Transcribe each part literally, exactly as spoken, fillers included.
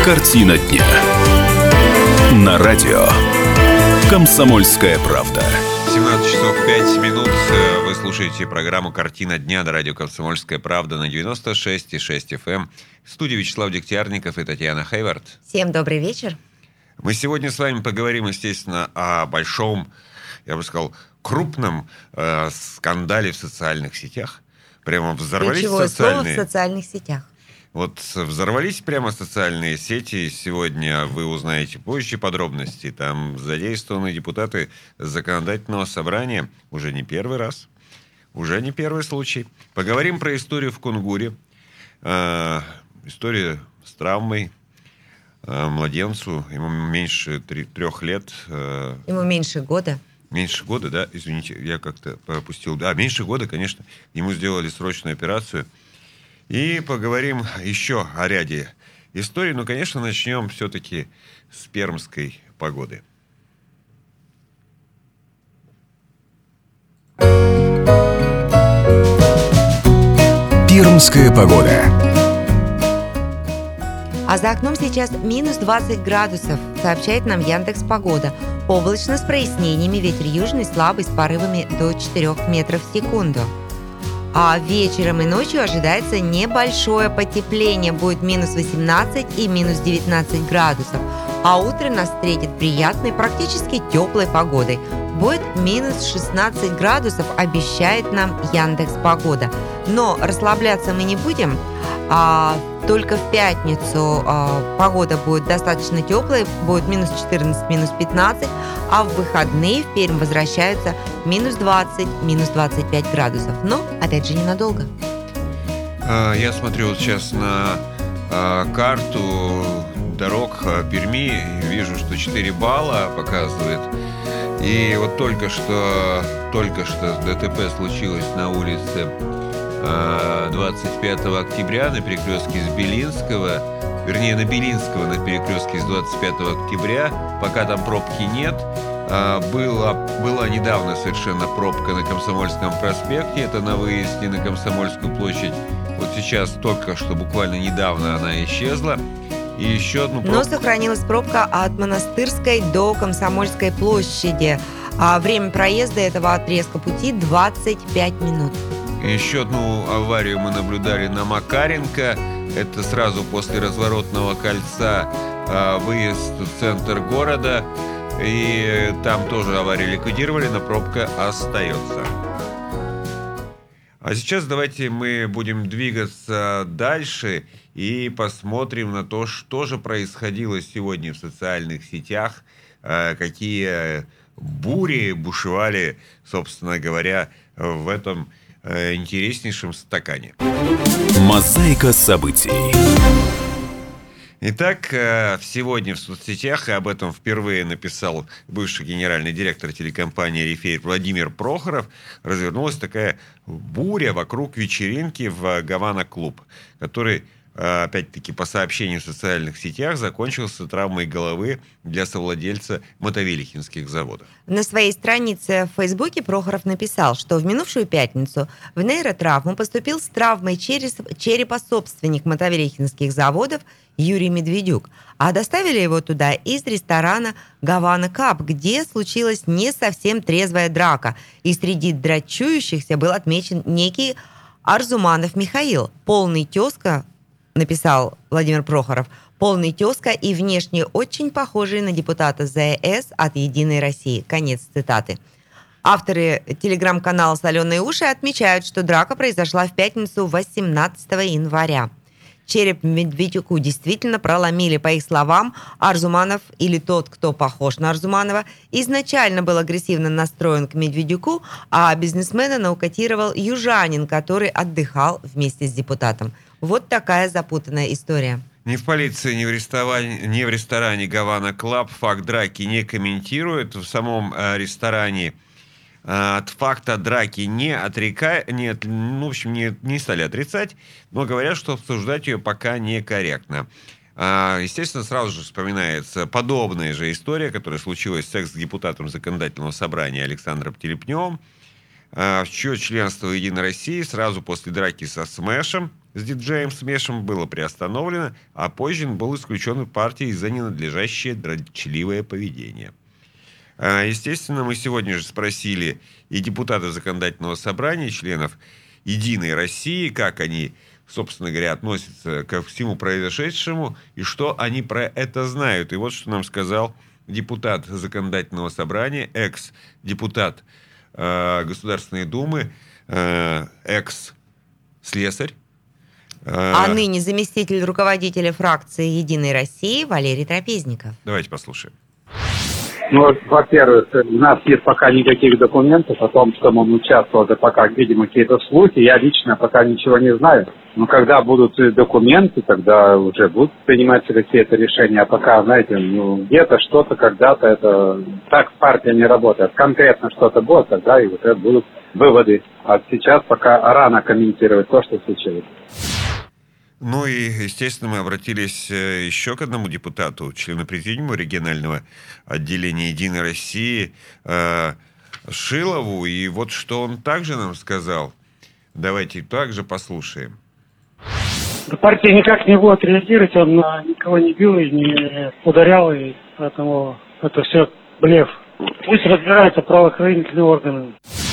Картина дня. На радио «Комсомольская правда». семнадцать часов пять минут. Вы слушаете программу «Картина дня» на радио «Комсомольская правда» на девяносто шесть и шесть эф эм. В студии Вячеслав Дегтярников и Татьяна Хейвард. Всем добрый вечер. Мы сегодня с вами поговорим, естественно, о большом, я бы сказал, крупном э, скандале в социальных сетях. Прямо взорвались Ключевое социальные... слово в социальных сетях. Вот взорвались прямо социальные сети. Сегодня вы узнаете позже подробности. Там задействованы депутаты законодательного собрания. Уже не первый раз. Уже не первый случай. Поговорим про историю в Кунгуре. Э, история с травмой. Э, младенцу. Ему меньше три, трех лет. Э, Ему меньше года. Меньше года, да? Извините, я как-то пропустил. Да, меньше года, конечно. Ему сделали срочную операцию. И поговорим еще о ряде историй. Но, конечно, начнем все-таки с пермской погоды. Пермская погода. А за окном сейчас минус двадцать градусов, сообщает нам Яндекс.Погода. Облачно с прояснениями, ветер южный слабый с порывами до четырёх метров в секунду. А вечером и ночью ожидается небольшое потепление. Будет минус восемнадцать и минус девятнадцать градусов. А утро нас встретит приятной, практически теплой погодой. Будет минус шестнадцать градусов, обещает нам Яндекс.Погода. Но расслабляться мы не будем. А только в пятницу а, погода будет достаточно теплой. Будет минус четырнадцать, минус пятнадцать. А в выходные в Пермь возвращаются минус двадцать, минус двадцать пять градусов. Но, опять же, ненадолго. Я смотрю вот сейчас на карту дорог Перми. Vижу, что четыре балла показывает. И вот только что, только что ДТП случилось на улице двадцать пятого октября на перекрестке с Белинского. Вернее, на Белинского на перекрестке с двадцать пятого октября. Пока там пробки нет. Была, была недавно совершенно пробка на Комсомольском проспекте. Это на выезде на Комсомольскую площадь. Вот сейчас только что, буквально недавно она исчезла. И еще одну пробку. Но сохранилась пробка от Монастырской до Комсомольской площади. А время проезда этого отрезка пути двадцать пять минут. Еще одну аварию мы наблюдали на Макаренко. Это сразу после разворотного кольца, выезд в центр города. И там тоже аварию ликвидировали, но пробка остается. А сейчас давайте мы будем двигаться дальше и посмотрим на то, что же происходило сегодня в социальных сетях, какие бури бушевали, собственно говоря, в этом интереснейшем стакане. Мозаика событий. Итак, сегодня в соцсетях, и об этом впервые написал бывший генеральный директор телекомпании «Рифейр» Владимир Прохоров, развернулась такая буря вокруг вечеринки в «Гавана-клуб», который, опять-таки, по сообщениям в социальных сетях, закончился травмой головы для совладельца мотовилихинских заводов. На своей странице в Фейсбуке Прохоров написал, что в минувшую пятницу в нейротравму поступил с травмой черепа собственник мотовилихинских заводов Юрий Медведюк, а доставили его туда из ресторана «Гавана Каб», где случилась не совсем трезвая драка, и среди драчующихся был отмечен некий Арзуманов Михаил, полный тезка, написал Владимир Прохоров, полный тезка и внешне очень похожий на депутата зэ эс от «Единой России». Конец цитаты. Авторы телеграм-канала «Соленые уши» отмечают, что драка произошла в пятницу восемнадцатого января. Череп Медведюку действительно проломили, по их словам. Арзуманов, или тот, кто похож на Арзуманова, изначально был агрессивно настроен к Медведюку, а бизнесмена нокаутировал южанин, который отдыхал вместе с депутатом. Вот такая запутанная история. Ни в полиции, ни в ресторане, ни в ресторане «Гавана Клаб» факт драки не комментируют. В самом э, ресторане э, от факта драки не отрекают, не, ну, в общем, не, не стали отрицать, но говорят, что обсуждать ее пока некорректно. Э, естественно, сразу же вспоминается подобная же история, которая случилась с экс-депутатом законодательного собрания Александром Телепневым. в чье членство в «Единой России» сразу после драки со Смэшем, с диджеем Смэшем, было приостановлено, а позже он был исключен из партии за ненадлежащее дрочливое поведение. Естественно, мы сегодня же спросили и депутатов Законодательного собрания, и членов «Единой России», как они, собственно говоря, относятся ко всему произошедшему и что они про это знают. И вот что нам сказал депутат Законодательного собрания, экс-депутат э, Государственной Думы, э, экс-слесарь. Э, а ныне заместитель руководителя фракции «Единой России» Валерий Трапезников. Давайте послушаем. Ну, во-первых, у нас нет пока никаких документов о том, что он участвовал, это пока, видимо, какие-то слухи. Я лично пока ничего не знаю. Но когда будут документы, тогда уже будут приниматься какие-то решения. А пока, знаете, ну, где-то что-то, когда-то, это так партия не работает. Конкретно что-то будет, тогда и вот это будут выводы. А сейчас пока рано комментировать то, что случилось. Ну и, естественно, мы обратились еще к одному депутату, члену президиума регионального отделения «Единой России» э, Шилову. И вот что он также нам сказал. Давайте также послушаем. Партия никак не будет реагировать, он никого не бил и не ударял, и поэтому это все блеф. Пусть разбираются правоохранительные органы.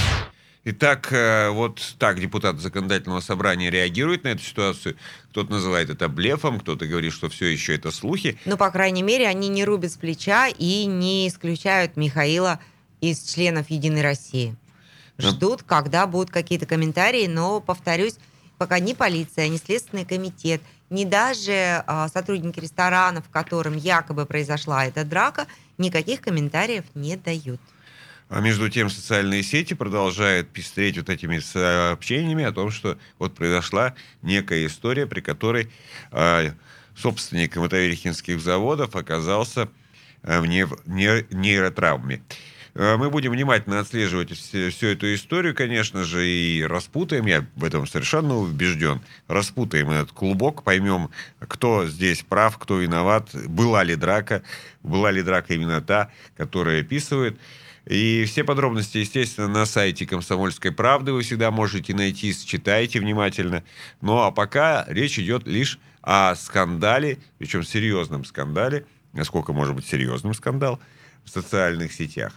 Итак, вот так депутаты Законодательного собрания реагируют на эту ситуацию. Кто-то называет это блефом, кто-то говорит, что все еще это слухи. Ну, по крайней мере, они не рубят с плеча и не исключают Михаила из членов «Единой России». Ждут, когда будут какие-то комментарии, но, повторюсь, пока ни полиция, ни Следственный комитет, ни даже а, сотрудники ресторанов, в котором якобы произошла эта драка, никаких комментариев не дают. А между тем социальные сети продолжают пестреть вот этими сообщениями о том, что вот произошла некая история, при которой э, собственник мотоверихинских заводов оказался э, в нейротравме. Э, мы будем внимательно отслеживать всю, всю эту историю, конечно же, и распутаем, я в этом совершенно убежден, распутаем этот клубок, поймем, кто здесь прав, кто виноват, была ли драка, была ли драка именно та, которая описывает. И все подробности, естественно, на сайте «Комсомольской правды» вы всегда можете найти, читайте внимательно. Ну, а пока речь идет лишь о скандале, причем серьезном скандале, насколько может быть серьезным скандал, в социальных сетях.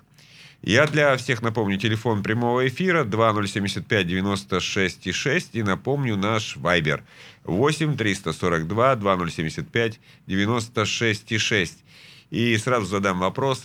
Я для всех напомню телефон прямого эфира два ноль семь пять девяносто шесть шесть и напомню наш вайбер восемь триста сорок два двадцать ноль семьдесят пять девяносто шесть шесть. И сразу задам вопрос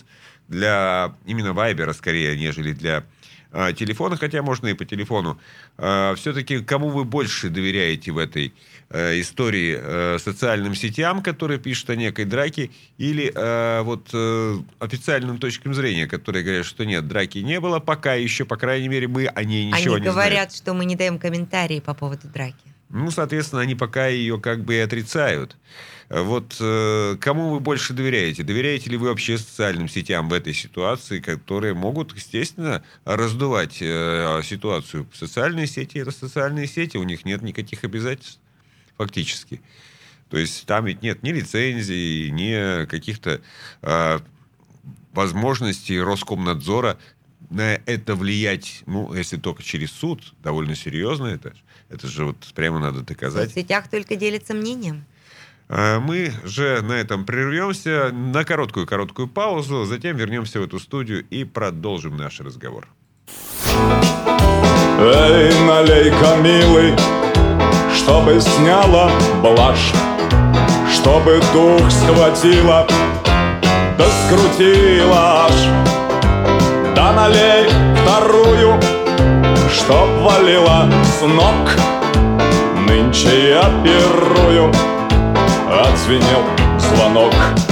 для именно вайбера скорее, нежели для э, телефона, хотя можно и по телефону. Э, все-таки кому вы больше доверяете в этой э, истории? Э, социальным сетям, которые пишут о некой драке, или э, вот э, официальным точкам зрения, которые говорят, что нет, драки не было, пока еще, по крайней мере, мы о ней ничего они не знаем. Они говорят, что мы не даем комментарии по поводу драки. Ну, соответственно, они пока ее как бы и отрицают. Вот э, кому вы больше доверяете? Доверяете ли вы вообще социальным сетям в этой ситуации, которые могут, естественно, раздувать э, ситуацию? Социальные сети – это социальные сети, у них нет никаких обязательств фактически. То есть там ведь нет ни лицензий, ни каких-то э, возможностей Роскомнадзора на это влиять, ну, если только через суд, довольно серьезно это. Это же вот прямо надо доказать. В соцсетях только делятся мнением. Мы же на этом прервемся на короткую-короткую паузу, затем вернемся в эту студию и продолжим наш разговор. Эй, налей-ка, милый, чтобы сняла блажь, чтобы дух схватила, да скрутила аж. Да налей вторую, чтоб валила с ног. Нынче я пирую, отзвенел звонок.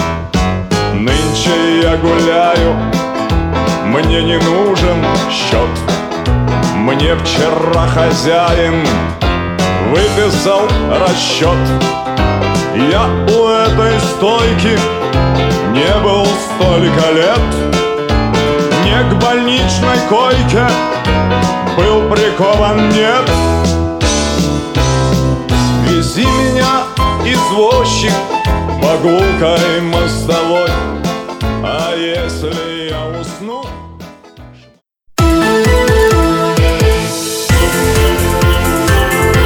Нынче я гуляю, мне не нужен счет. Мне вчера хозяин выписал расчет. Я у этой стойки не был столько лет. Не к больничной койке был прикован, нет. Вези меня, извозчик, по гулкой мостовой, а если я усну...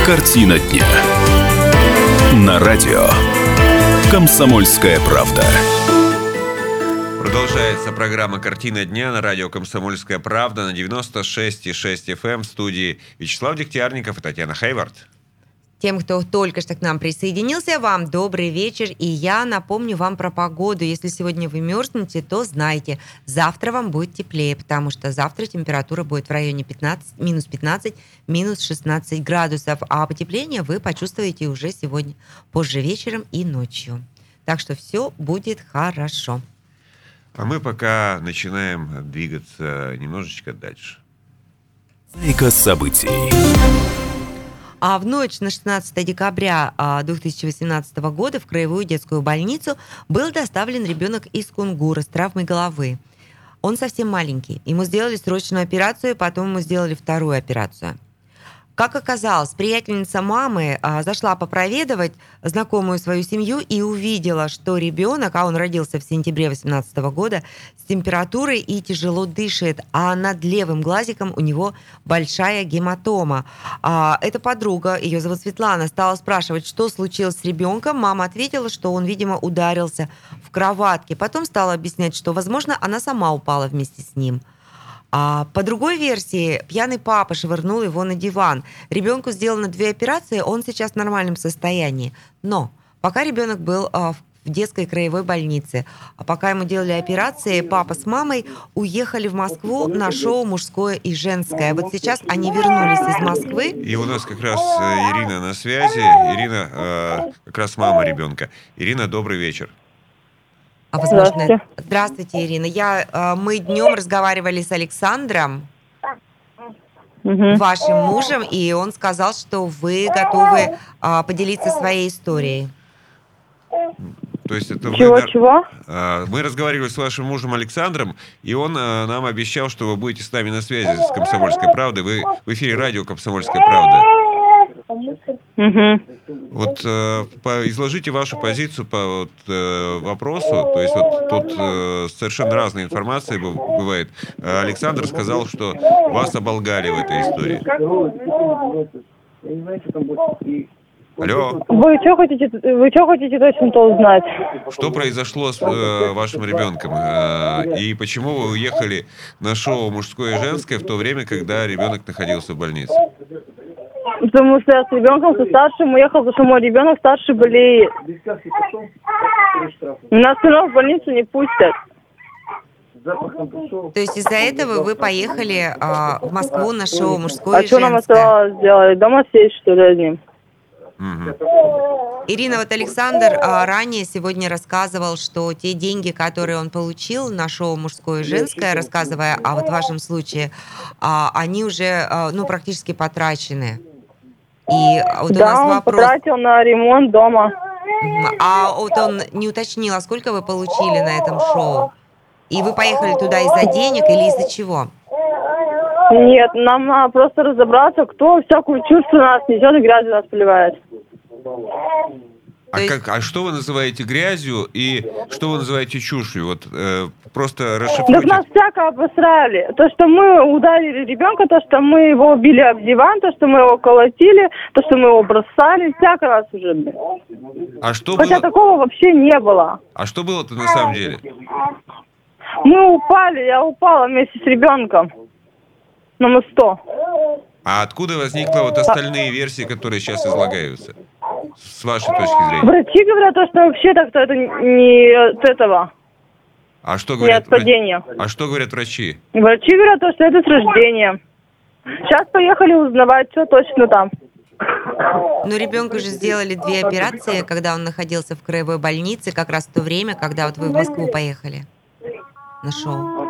Картина дня. На радио «Комсомольская правда». Продолжается программа «Картина дня» на радио «Комсомольская правда» на девяносто шесть и шесть эф эм. В студии Вячеслав Дегтярников и Татьяна Хайвард. Тем, кто только что к нам присоединился, вам добрый вечер. И я напомню вам про погоду. Если сегодня вы мерзнете, то знайте, завтра вам будет теплее, потому что завтра температура будет в районе пятнадцать, минус пятнадцать, минус шестнадцать градусов. А потепление вы почувствуете уже сегодня, позже вечером и ночью. Так что все будет хорошо. А мы пока начинаем двигаться немножечко дальше. Мозаика событий. А в ночь на шестнадцатое декабря две тысячи восемнадцатого года в Краевую детскую больницу был доставлен ребенок из Кунгура с травмой головы. Он совсем маленький. Ему сделали срочную операцию, потом ему сделали вторую операцию. Как оказалось, приятельница мамы а, зашла попроведывать знакомую свою семью и увидела, что ребенок, а он родился в сентябре две тысячи восемнадцатого года, с температурой и тяжело дышит, а над левым глазиком у него большая гематома. А, эта подруга, ее зовут Светлана, стала спрашивать, что случилось с ребенком. Мама ответила, что он, видимо, ударился в кроватке. Потом стала объяснять, что, возможно, она сама упала вместе с ним. А по другой версии, пьяный папа швырнул его на диван. Ребенку сделано две операции, он сейчас в нормальном состоянии. Но пока ребенок был а, в детской краевой больнице, а пока ему делали операции, папа с мамой уехали в Москву на шоу «Мужское и женское». Вот сейчас они вернулись из Москвы. И у нас как раз Ирина на связи. Ирина, э, как раз мама ребенка. Ирина, добрый вечер. А возможно, здравствуйте. Здравствуйте, Ирина. Я, мы днем разговаривали с Александром, угу. вашим мужем, и он сказал, что вы готовы а, поделиться своей историей. То есть это чего, вы, чего? Мы разговаривали с вашим мужем Александром, и он нам обещал, что вы будете с нами на связи с «Комсомольской правдой». Вы в эфире радио «Комсомольская правда». Угу. Вот э, по, изложите вашу позицию по вот, э, вопросу. То есть вот тут э, совершенно разная информация бывает. Александр сказал, что вас оболгали в этой истории. Алло. Вы что хотите, вы что хотите точно-то узнать? Что произошло с э, вашим ребенком? Э, и почему вы уехали на шоу «Мужское и женское» в то время, когда ребенок находился в больнице? Потому что я с ребенком, со старшим уехал, потому что мой ребенок старший болеет. Нас все равно в больницу не пустят. То есть из-за этого вы поехали а, в Москву на шоу «Мужское а и женское». А что нам оставалось сделать? Дома сесть, что ли, одним? Угу. Ирина, вот Александр а, ранее сегодня рассказывал, что те деньги, которые он получил на шоу «Мужское и женское», рассказывая о вот вашем случае, а, они уже а, ну, практически потрачены. И вот да, у нас он вопрос... потратил на ремонт дома. А вот он не уточнил, а сколько вы получили на этом шоу? И вы поехали туда из-за денег или из-за чего? Нет, нам надо просто разобраться, кто всякую чушь у нас несет и грязью нас поливает. А, есть... как, а что вы называете грязью и что вы называете чушью? Вот э, просто расшифруйте. Так нас всяко обосрали. То, что мы ударили ребенка, то, что мы его били об диван, то, что мы его колотили, то, что мы его бросали, всяко раз уже. А что Хотя было... такого вообще не было. А что было-то на самом деле? Мы упали, я упала вместе с ребенком на мосту. А откуда возникла вот остальные версии, которые сейчас излагаются? С вашей точки зрения. Врачи говорят, что вообще так-то это не от этого. А что говорят, не от падения. А что говорят врачи? Врачи говорят, что это с рождения. Сейчас поехали узнавать, что точно там. Ну, ребенку же сделали две операции, когда он находился в краевой больнице, как раз в то время, когда вот вы в Москву поехали на шоу.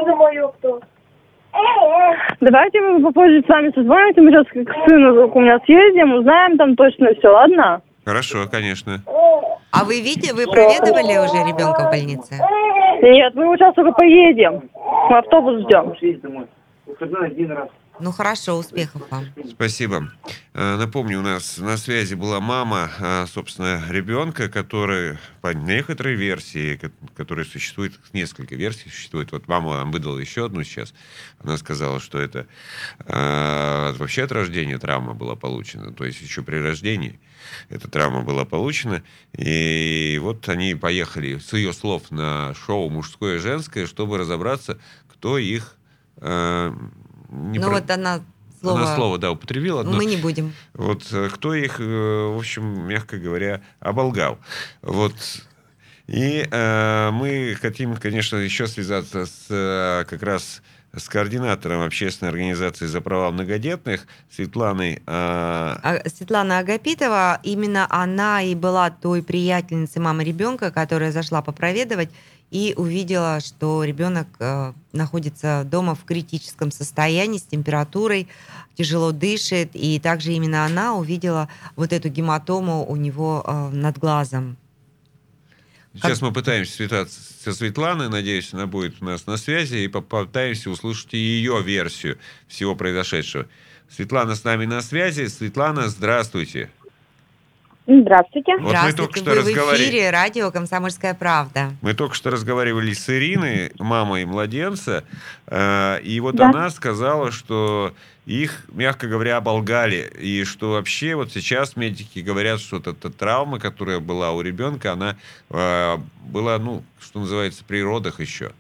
Давайте мы попозже с вами созвонимся, мы сейчас к сыну у меня съездим, узнаем там точно все, ладно? Хорошо, конечно. А вы видите, вы проведывали уже ребенка в больнице? Нет, мы его сейчас только поедем. Мы автобус ждем. Ну хорошо, успехов вам. Спасибо. Э, Напомню, у нас на связи была мама, а, собственно, ребенка, который по некоторой версии, ко- которая существует, несколько версий существует. Вот мама нам выдала еще одну сейчас. Она сказала, что это э, вообще от рождения травма была получена. То есть еще при рождении эта травма была получена. И вот они поехали, с ее слов, на шоу «Мужское и женское», чтобы разобраться, кто их... э, не Ну про- вот она Она слово... слово, да, употребила, но Мы не будем. вот э, кто их, э, в общем, мягко говоря, оболгал. Вот. И э, мы хотим, конечно, еще связаться с э, как раз с координатором общественной организации за права многодетных Светланой. э, А Светлана Агапитова, именно она и была той приятельницей мамы ребенка, которая зашла попроведывать и увидела, что ребенок э, находится дома в критическом состоянии с температурой, тяжело дышит, и также именно она увидела вот эту гематому у него э, над глазом. Сейчас мы пытаемся связаться со Светланой, надеюсь, она будет у нас на связи, и попытаемся услышать и ее версию всего произошедшего. Светлана с нами на связи. Светлана, здравствуйте. Здравствуйте. Вот мы Здравствуйте, только что вы в разговаривали. эфире радио «Комсомольская правда». Мы только что разговаривали с Ириной, мамой младенца, э, и вот Да. она сказала, что их, мягко говоря, оболгали, и что вообще вот сейчас медики говорят, что вот эта травма, которая была у ребенка, она э, была, ну, что называется, при родах еще.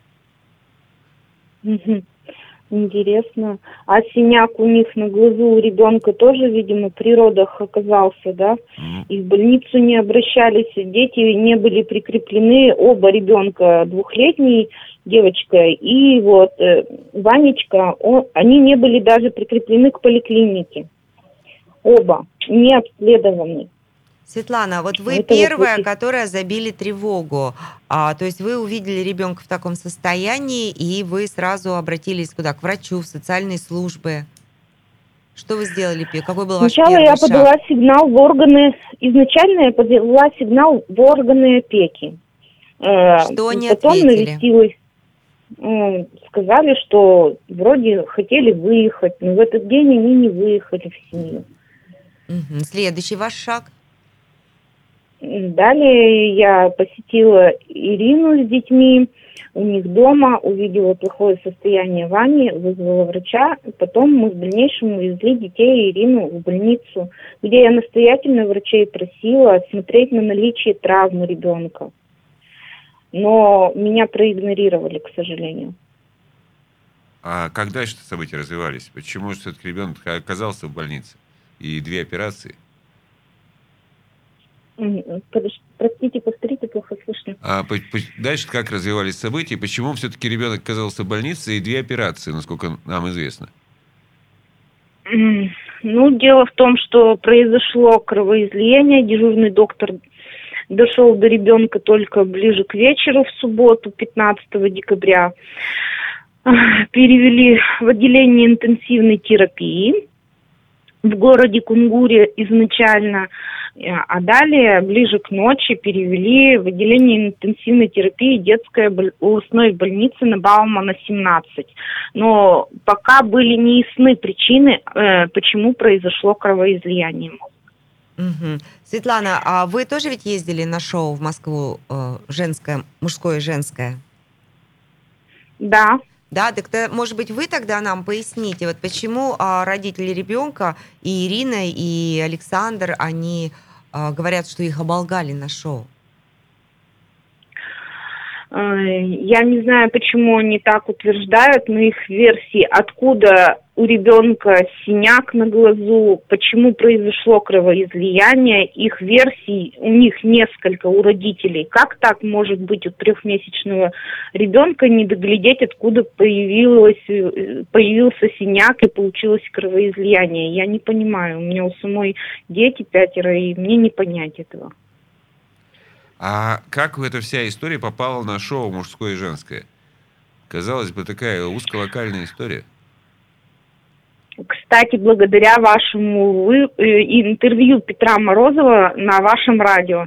Мгм. Интересно. А синяк у них на глазу у ребенка тоже, видимо, при родах оказался, да? М. И в больницу не обращались, дети не были прикреплены, оба ребенка, двухлетний девочка и вот э, Ванечка, он- они не были даже прикреплены к поликлинике. Оба не обследованы. Светлана, вот вы Это вот первая, эти- которая забили тревогу. А, то есть вы увидели ребенка в таком состоянии, и вы сразу обратились куда? К врачу, в социальные службы. Что вы сделали? пе- Какой был ваш Сначала первый я шаг? подала сигнал в органы, изначально я подала сигнал в органы опеки. Э, Что они Потом ответили? навестилась, м, сказали, что вроде хотели выехать, но в этот день они не выехали в семью. Мгм. Следующий ваш шаг? М, Далее я посетила Ирину с детьми у них дома, увидела плохое состояние Вани, вызвала врача. Потом мы в дальнейшем увезли детей и Ирину в больницу, где я настоятельно врачей просила осмотреть на наличие травмы ребенка. Но меня проигнорировали, к сожалению. А как дальше события развивались? Почему все-таки ребенок оказался в больнице? И две операции? М, подож- Простите, повторите, плохо слышно. А по- по- дальше как развивались события? Почему все-таки ребенок оказался в больнице и две операции, насколько нам известно? М, Ну, дело в том, что произошло кровоизлияние. Дежурный доктор дошел до ребенка только ближе к вечеру в субботу, пятнадцатого декабря. Ах, Перевели в отделение интенсивной терапии в городе Кунгуре изначально, э, а далее, ближе к ночи, перевели в отделение интенсивной терапии детской боль- областной больницы на Баумана, семнадцать. Но пока были неясны причины, э, почему произошло кровоизлияние. Мгм. Светлана, а вы тоже ведь ездили на шоу в Москву э, женское, мужское и женское? Да. Да, так то, может быть, вы тогда нам поясните, вот почему а, родители ребенка, и Ирина, и Александр, они а, говорят, что их оболгали на шоу? Э, Я не знаю, почему они так утверждают, но их версии, откуда у ребенка синяк на глазу, почему произошло кровоизлияние, их версий, у них несколько, у родителей. Как так может быть у трехмесячного ребенка не доглядеть, откуда появилось, э, появился синяк и получилось кровоизлияние? Я не понимаю, у меня у самой дети пятеро, и мне не понять этого. А как эта вся история попала на шоу «Мужское и женское»? Казалось бы, такая узколокальная история. Кстати, благодаря вашему вы, э, интервью Петра Морозова на вашем радио.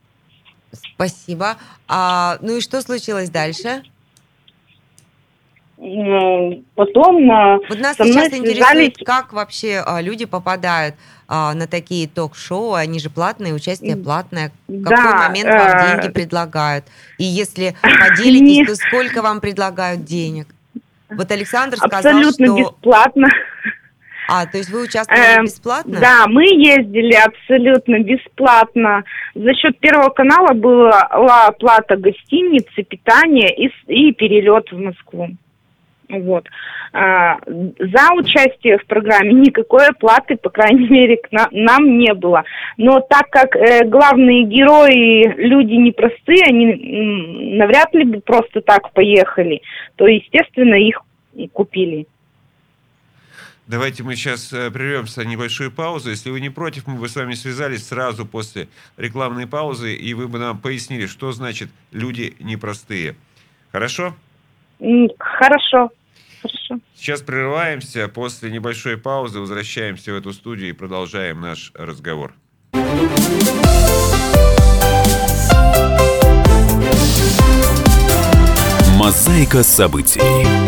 Спасибо. А, ну и что случилось дальше? м, потом э, Вот нас со мной сейчас связались... интересует, как вообще а, люди попадают а, на такие ток-шоу, они же платные, участие платное. В какой Да, момент вам э, деньги предлагают? И если поделитесь, не- то сколько вам предлагают денег? Вот Александр сказал, абсолютно что... бесплатно. А, то есть вы участвовали Эм, бесплатно? Да, мы ездили абсолютно бесплатно. За счет Первого канала была оплата гостиницы, питания и, с- и перелет в Москву. Вот. А, За участие в программе никакой оплаты, по крайней мере, к на- нам не было. Но так как э, главные герои люди непростые, они м, навряд ли бы просто так поехали, то, естественно, их и купили. Давайте мы сейчас э, прервемся на небольшую паузу. Если вы не против, мы бы с вами связались сразу после рекламной паузы, и вы бы нам пояснили, что значит «люди непростые». Хорошо? М, Хорошо, хорошо. Сейчас прерываемся, после небольшой паузы возвращаемся в эту студию и продолжаем наш разговор. Мозаика событий.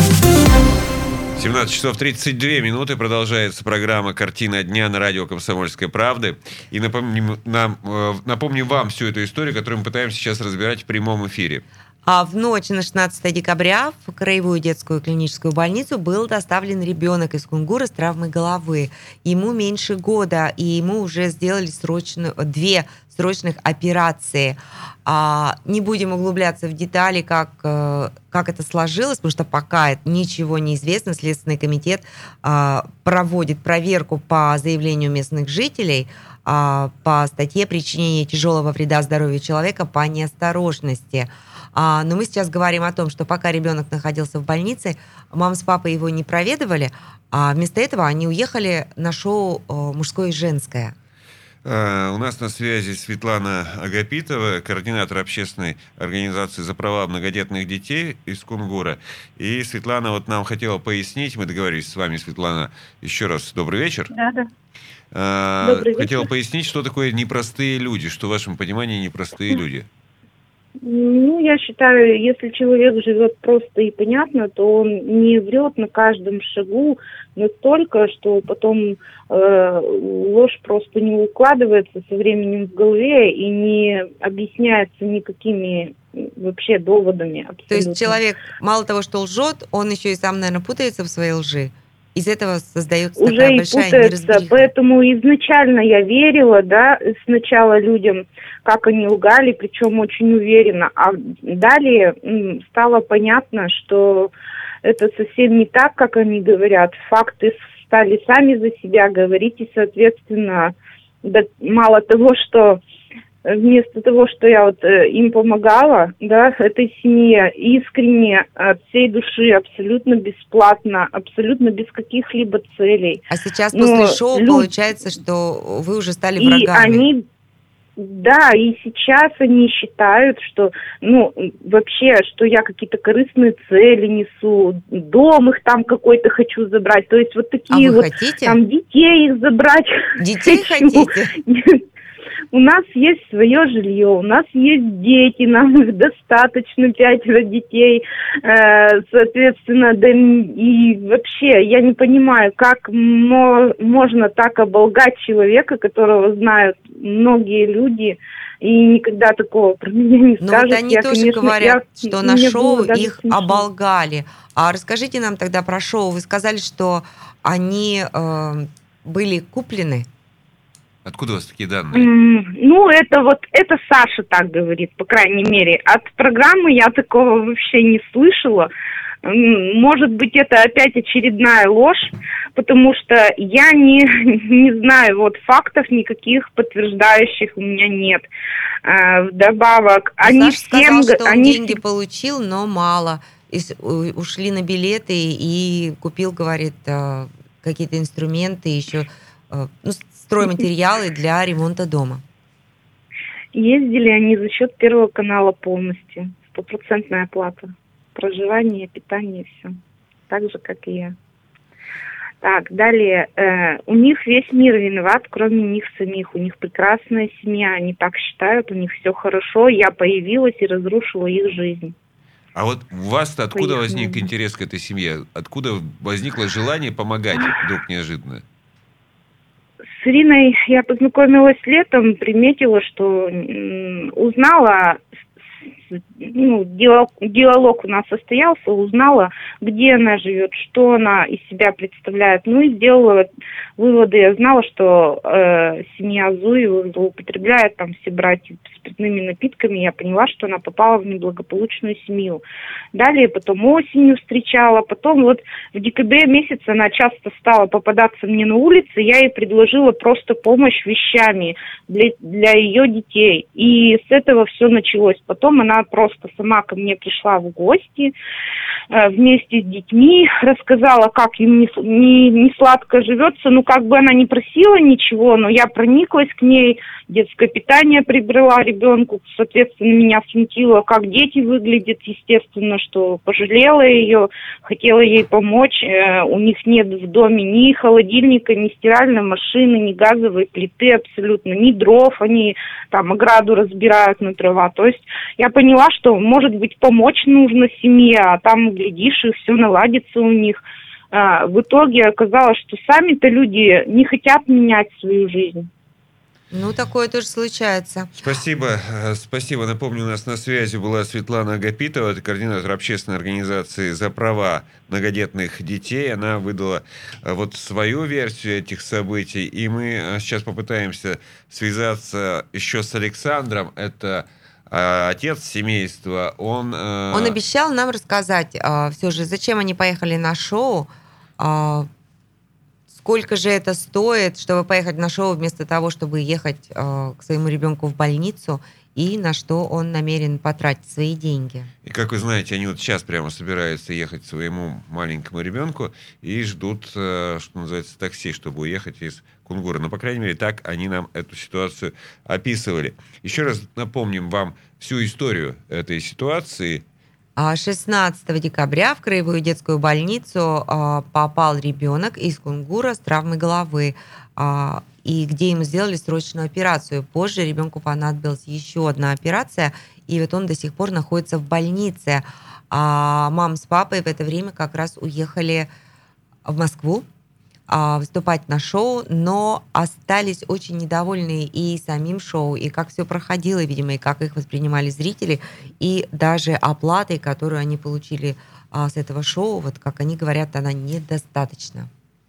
семнадцать часов тридцать две минуты, продолжается программа «Картина дня» на радио «Комсомольской правды». И напомним, нам, э, напомним вам всю эту историю, которую мы пытаемся сейчас разбирать в прямом эфире. А в ночь на шестнадцатое декабря в Краевую детскую клиническую больницу был доставлен ребенок из Кунгура с травмой головы. Ему меньше года, и ему уже сделали срочную, две срочных операции. А, не будем углубляться в детали, как, э, как это сложилось, потому что пока ничего не известно. Следственный комитет а, проводит проверку по заявлению местных жителей а, по статье «Причинение тяжелого вреда здоровью человека по неосторожности». А, но мы сейчас говорим о том, что пока ребенок находился в больнице, мама с папой его не проведывали, а вместо этого они уехали на шоу э, «Мужское и женское». Э, У нас на связи Светлана Агапитова, координатор общественной организации за права многодетных детей из Кунгура. И Светлана вот нам хотела пояснить, мы договорились с вами, Светлана, еще раз добрый вечер. Да, да. Э, Добрый Хотела вечер. пояснить, что такое непростые люди, что в вашем понимании непростые люди. Ну, я считаю, если человек живет просто и понятно, то он не врет на каждом шагу настолько, что потом э, ложь просто не укладывается со временем в голове и не объясняется никакими вообще доводами абсолютно. То есть человек мало того, что лжет, он еще и сам, наверное, путается в своей лжи. Из этого создается Уже такая и большая путается, неразбериха. поэтому изначально я верила, да, сначала людям, как они лгали, причем очень уверенно, а далее м, стало понятно, что это совсем не так, как они говорят. Факты стали сами за себя говорить, и, соответственно, да, мало того, что вместо того, что я вот э, им помогала, да, этой семье искренне, от всей души, абсолютно бесплатно, абсолютно без каких-либо целей. А сейчас Но после шоу люд- получается, что вы уже стали И врагами. они, да, и сейчас они считают, что, ну, вообще, что я какие-то корыстные цели несу, дом их там какой-то хочу забрать, то есть вот А такие вы вот, хотите? там, детей их забрать. Детей хочу. хотите? У нас есть свое жилье, у нас есть дети, нам их достаточно, пятеро детей, Э, соответственно, да и вообще я не понимаю, как мо- можно так оболгать человека, которого знают многие люди, и никогда такого про меня не Ну скажут. вот они Я, тоже конечно, говорят, я- что на мне шоу было даже их смешно. оболгали. А расскажите нам тогда про шоу. Вы сказали, что они э, были куплены. Откуда у вас такие данные? М, Ну, это вот, это Саша так говорит, по крайней мере. От программы я такого вообще не слышала. М, Может быть, это опять очередная ложь, потому что я не, не знаю, вот фактов никаких подтверждающих у меня нет. А, Вдобавок, они Саша всем... сказал, г- что он они деньги все- получил, но мало. И с- у- ушли на билеты и купил, говорит, э, какие-то инструменты, еще э, ну, стройматериалы для ремонта дома. Ездили они за счет Первого канала полностью. Стопроцентная оплата. Проживание, питание, все. Так же, как и я. Так, далее. Э, у них весь мир виноват, кроме них самих. У них прекрасная семья, они так считают, у них все хорошо. Я появилась и разрушила их жизнь. А вот у вас-то откуда Поехали. возник интерес к этой семье? Откуда возникло желание помогать вдруг неожиданно? С Ириной я познакомилась летом, приметила, что м, узнала, с- с- ну, диалог, диалог у нас состоялся, узнала, где она живет, что она из себя представляет. Ну и сделала выводы. Я знала, что э, семья Зуевых злоупотребляет там все братья спиртными напитками. Я поняла, что она попала в неблагополучную семью. Далее потом осенью встречала, потом вот в декабре месяце она часто стала попадаться мне на улице, я ей предложила просто помощь вещами для, для ее детей. И с этого все началось. Потом она просто сама ко мне пришла в гости э, вместе с детьми, рассказала, как им не, с- не, не сладко живется. Ну, как бы она не просила ничего, но я прониклась к ней, детское питание прибрала ребенку, соответственно, меня смутило, как дети выглядят, естественно, что пожалела ее, хотела ей помочь. Э, у них нет в доме ни холодильника, ни стиральной машины, ни газовой плиты абсолютно, ни дров, они там ограду разбирают на дрова. То есть я поняла, что, может быть, помочь нужно семье, а там, глядишь, и все наладится у них. А, в итоге оказалось, что сами-то люди не хотят менять свою жизнь. Ну, такое тоже случается. Спасибо, э, спасибо. Напомню, у нас на связи была Светлана Агапитова, это координатор общественной организации «За права многодетных детей». Она выдала э, вот свою версию этих событий, и мы э, сейчас попытаемся связаться еще с Александром. Это э, отец семейства. Он, э, Он обещал нам рассказать все же, зачем они поехали на шоу, а, сколько же это стоит, чтобы поехать на шоу вместо того, чтобы ехать а, к своему ребенку в больницу, и на что он намерен потратить свои деньги. И, как вы знаете, они вот сейчас прямо собираются ехать к своему маленькому ребенку и ждут, э, что называется, такси, чтобы уехать из Кунгура. Но, по крайней мере, так они нам эту ситуацию описывали. Еще раз напомним вам всю историю этой ситуации. А шестнадцатого декабря в краевую детскую больницу а, попал ребенок из Кунгура с травмой головы, а, и где ему сделали срочную операцию. Позже ребенку понадобилась еще одна операция, и вот он до сих пор находится в больнице. А мама с папой в это время как раз уехали в Москву а, выступать на шоу, но остались очень недовольны и самим шоу, и как все проходило, видимо, и как их воспринимали зрители, и даже оплатой, которую они получили а, с этого шоу, вот как они говорят, она недостаточна.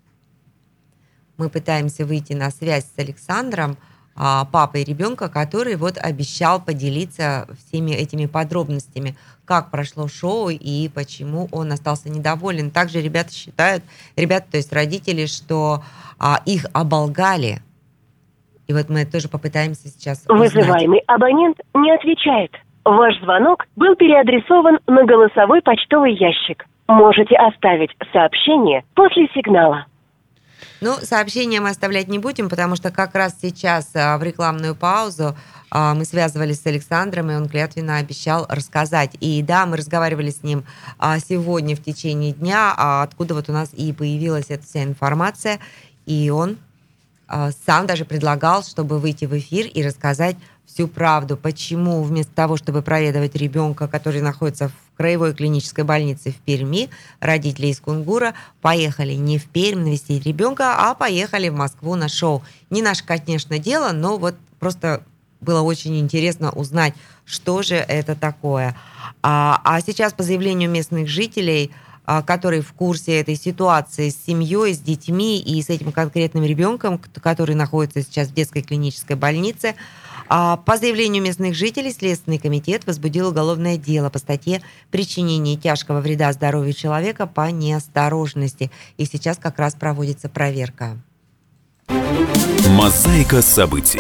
Мы пытаемся выйти на связь с Александром, а, папой ребенка, который вот обещал поделиться всеми этими подробностями, как прошло шоу и почему он остался недоволен. Также ребята считают, ребята, то есть родители, что а, их оболгали. И вот мы тоже попытаемся сейчас узнать. Вызываемый абонент не отвечает. Ваш звонок был переадресован на голосовой почтовый ящик. Можете оставить сообщение после сигнала. Ну, сообщения мы оставлять не будем, потому что как раз сейчас а, в рекламную паузу а, мы связывались с Александром, и он клятвенно обещал рассказать. И да, мы разговаривали с ним а, сегодня в течение дня, а, откуда вот у нас и появилась эта вся информация, и он а, сам даже предлагал, чтобы выйти в эфир и рассказать всю правду, почему вместо того, чтобы проведывать ребенка, который находится в краевой клинической больнице в Перми, родители из Кунгура поехали не в Пермь навестить ребенка, а поехали в Москву на шоу. Не наше, конечно, дело, но вот просто было очень интересно узнать, что же это такое. А, а сейчас по заявлению местных жителей, а, которые в курсе этой ситуации с семьей, с детьми и с этим конкретным ребенком, который находится сейчас в детской клинической больнице, а, по заявлению местных жителей, Следственный комитет возбудил уголовное дело по статье «Причинение тяжкого вреда здоровью человека по неосторожности». И сейчас как раз проводится проверка. Мозаика событий.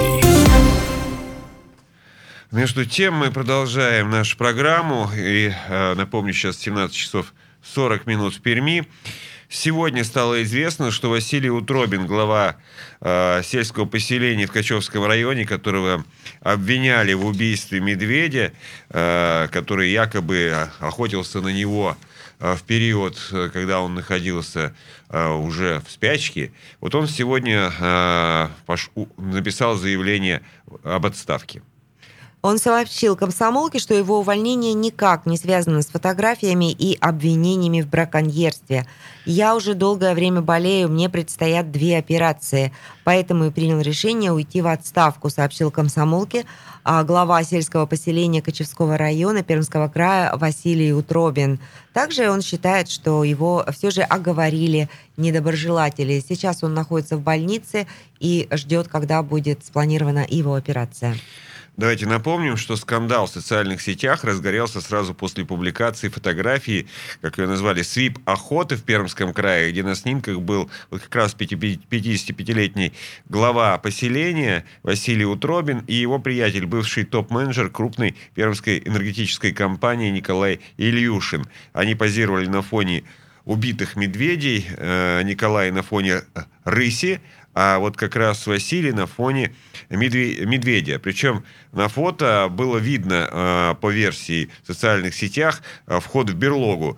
Между тем мы продолжаем нашу программу. И э, напомню, сейчас семнадцать часов сорок минут в Перми. Сегодня стало известно, что Василий Утробин, глава э, сельского поселения в Ткачевском районе, которого обвиняли в убийстве медведя, э, который якобы охотился на него э, в период, когда он находился э, уже в спячке, вот он сегодня э, пош... написал заявление об отставке. Он сообщил комсомолке, что его увольнение никак не связано с фотографиями и обвинениями в браконьерстве. «Я уже долгое время болею, мне предстоят две операции, поэтому и принял решение уйти в отставку», сообщил комсомолке глава сельского поселения Кочевского района Пермского края Василий Утробин. Также он считает, что его все же оговорили недоброжелатели. Сейчас он находится в больнице и ждет, когда будет спланирована его операция. Давайте напомним, что скандал в социальных сетях разгорелся сразу после публикации фотографии, как ее назвали, свип охоты в Пермском крае, где на снимках был вот как раз пятидесятипятилетний глава поселения Василий Утробин и его приятель, бывший топ-менеджер крупной пермской энергетической компании Николай Ильюшин. Они позировали на фоне убитых медведей, Николай на фоне рыси, а вот как раз Василий на фоне медведя. Причем на фото было видно, по версии в социальных сетях, вход в берлогу.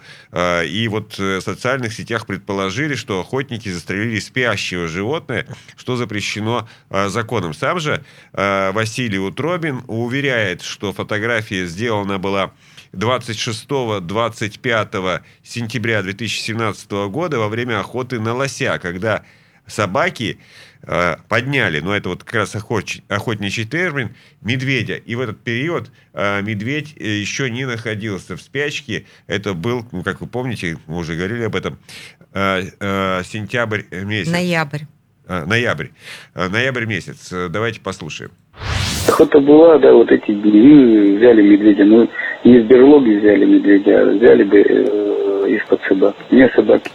И вот в социальных сетях предположили, что охотники застрелили спящего животное, что запрещено законом. Сам же Василий Утробин уверяет, что фотография сделана была двадцать шестого - двадцать пятого сентября две тысячи семнадцатого года во время охоты на лося, когда собаки э, подняли, ну это вот как раз охоч, охотничий термин, медведя. И в этот период э, медведь еще не находился в спячке. Это был, ну, как вы помните, мы уже говорили об этом, э, э, сентябрь месяц. Ноябрь. Э, ноябрь. Э, ноябрь месяц. Давайте послушаем. Охота была, да, вот эти дни взяли медведя, ну не из берлоги взяли медведя, а взяли бы э, из-под собак. Не собаки.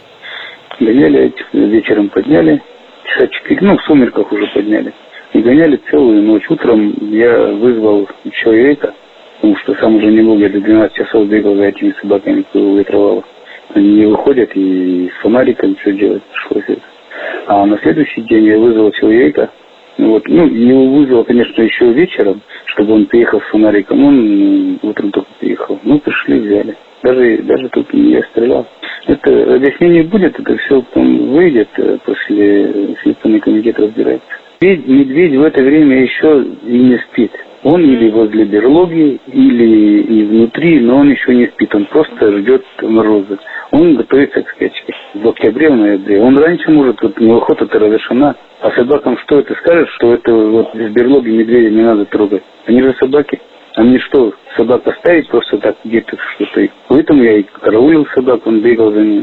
Гоняли, вечером подняли, часа четыре, ну, в сумерках уже подняли. И гоняли целую ночь. Утром я вызвал человека, потому что сам уже не мог, я до двенадцати часов бегал за этими собаками, кто ветровал. Они не выходят, и с фонариком все делать пришлось. А на следующий день я вызвал человека, вот, ну, его вызвал, конечно, еще вечером, чтобы он приехал с фонариком. Он утром только приехал. Ну, пришли, взяли. Даже, даже тут не я стрелял. Это объяснение будет, это все потом выйдет, после Следственный комитет разбирается. Медведь, медведь в это время еще и не спит. Он или возле берлоги, или и внутри, но он еще не спит. Он просто ждет мороза. Он готовится к спячке. В октябре, в ноябре. Он раньше может, вот не охота-то разрешена. А собакам что это скажет, что это вот из берлоги медведя не надо трогать? Они же собаки. А мне что, собак оставить просто так где-то что-то? Поэтому я и караулил собак, он бегал за ним.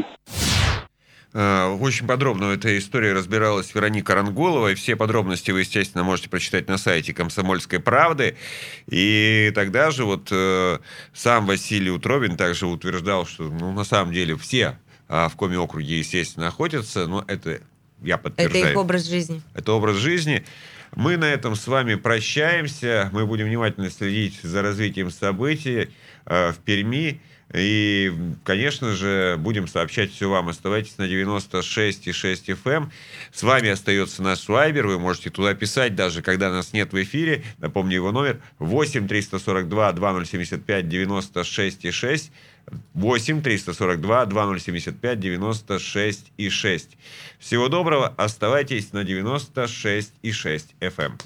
Очень подробно в этой истории разбиралась Вероника Ранголова, и все подробности вы, естественно, можете прочитать на сайте «Комсомольской правды». И тогда же вот э, сам Василий Утробин также утверждал, что ну, на самом деле все э, в Коми округе, естественно, охотятся, но это я подтверждаю. Это их образ жизни. Это образ жизни. Мы на этом с вами прощаемся. Мы будем внимательно следить за развитием событий э, в Перми. И, конечно же, будем сообщать все вам. Оставайтесь на девяносто шесть и шесть эф эм. С вами остается наш вайбер. Вы можете туда писать, даже когда нас нет в эфире. Напомню его номер: восемь триста сорок два двадцать семьдесят пять девяносто шесть и шесть. восемь триста сорок два двадцать семьдесят пять девяносто шесть и шесть. Всего доброго. Оставайтесь на девяносто шесть и шесть эф эм.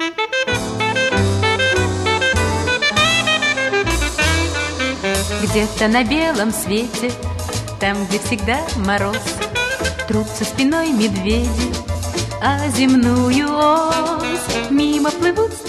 Где-то на белом свете, там, где всегда мороз, трутся спиной медведи, а земную ось мимо плывут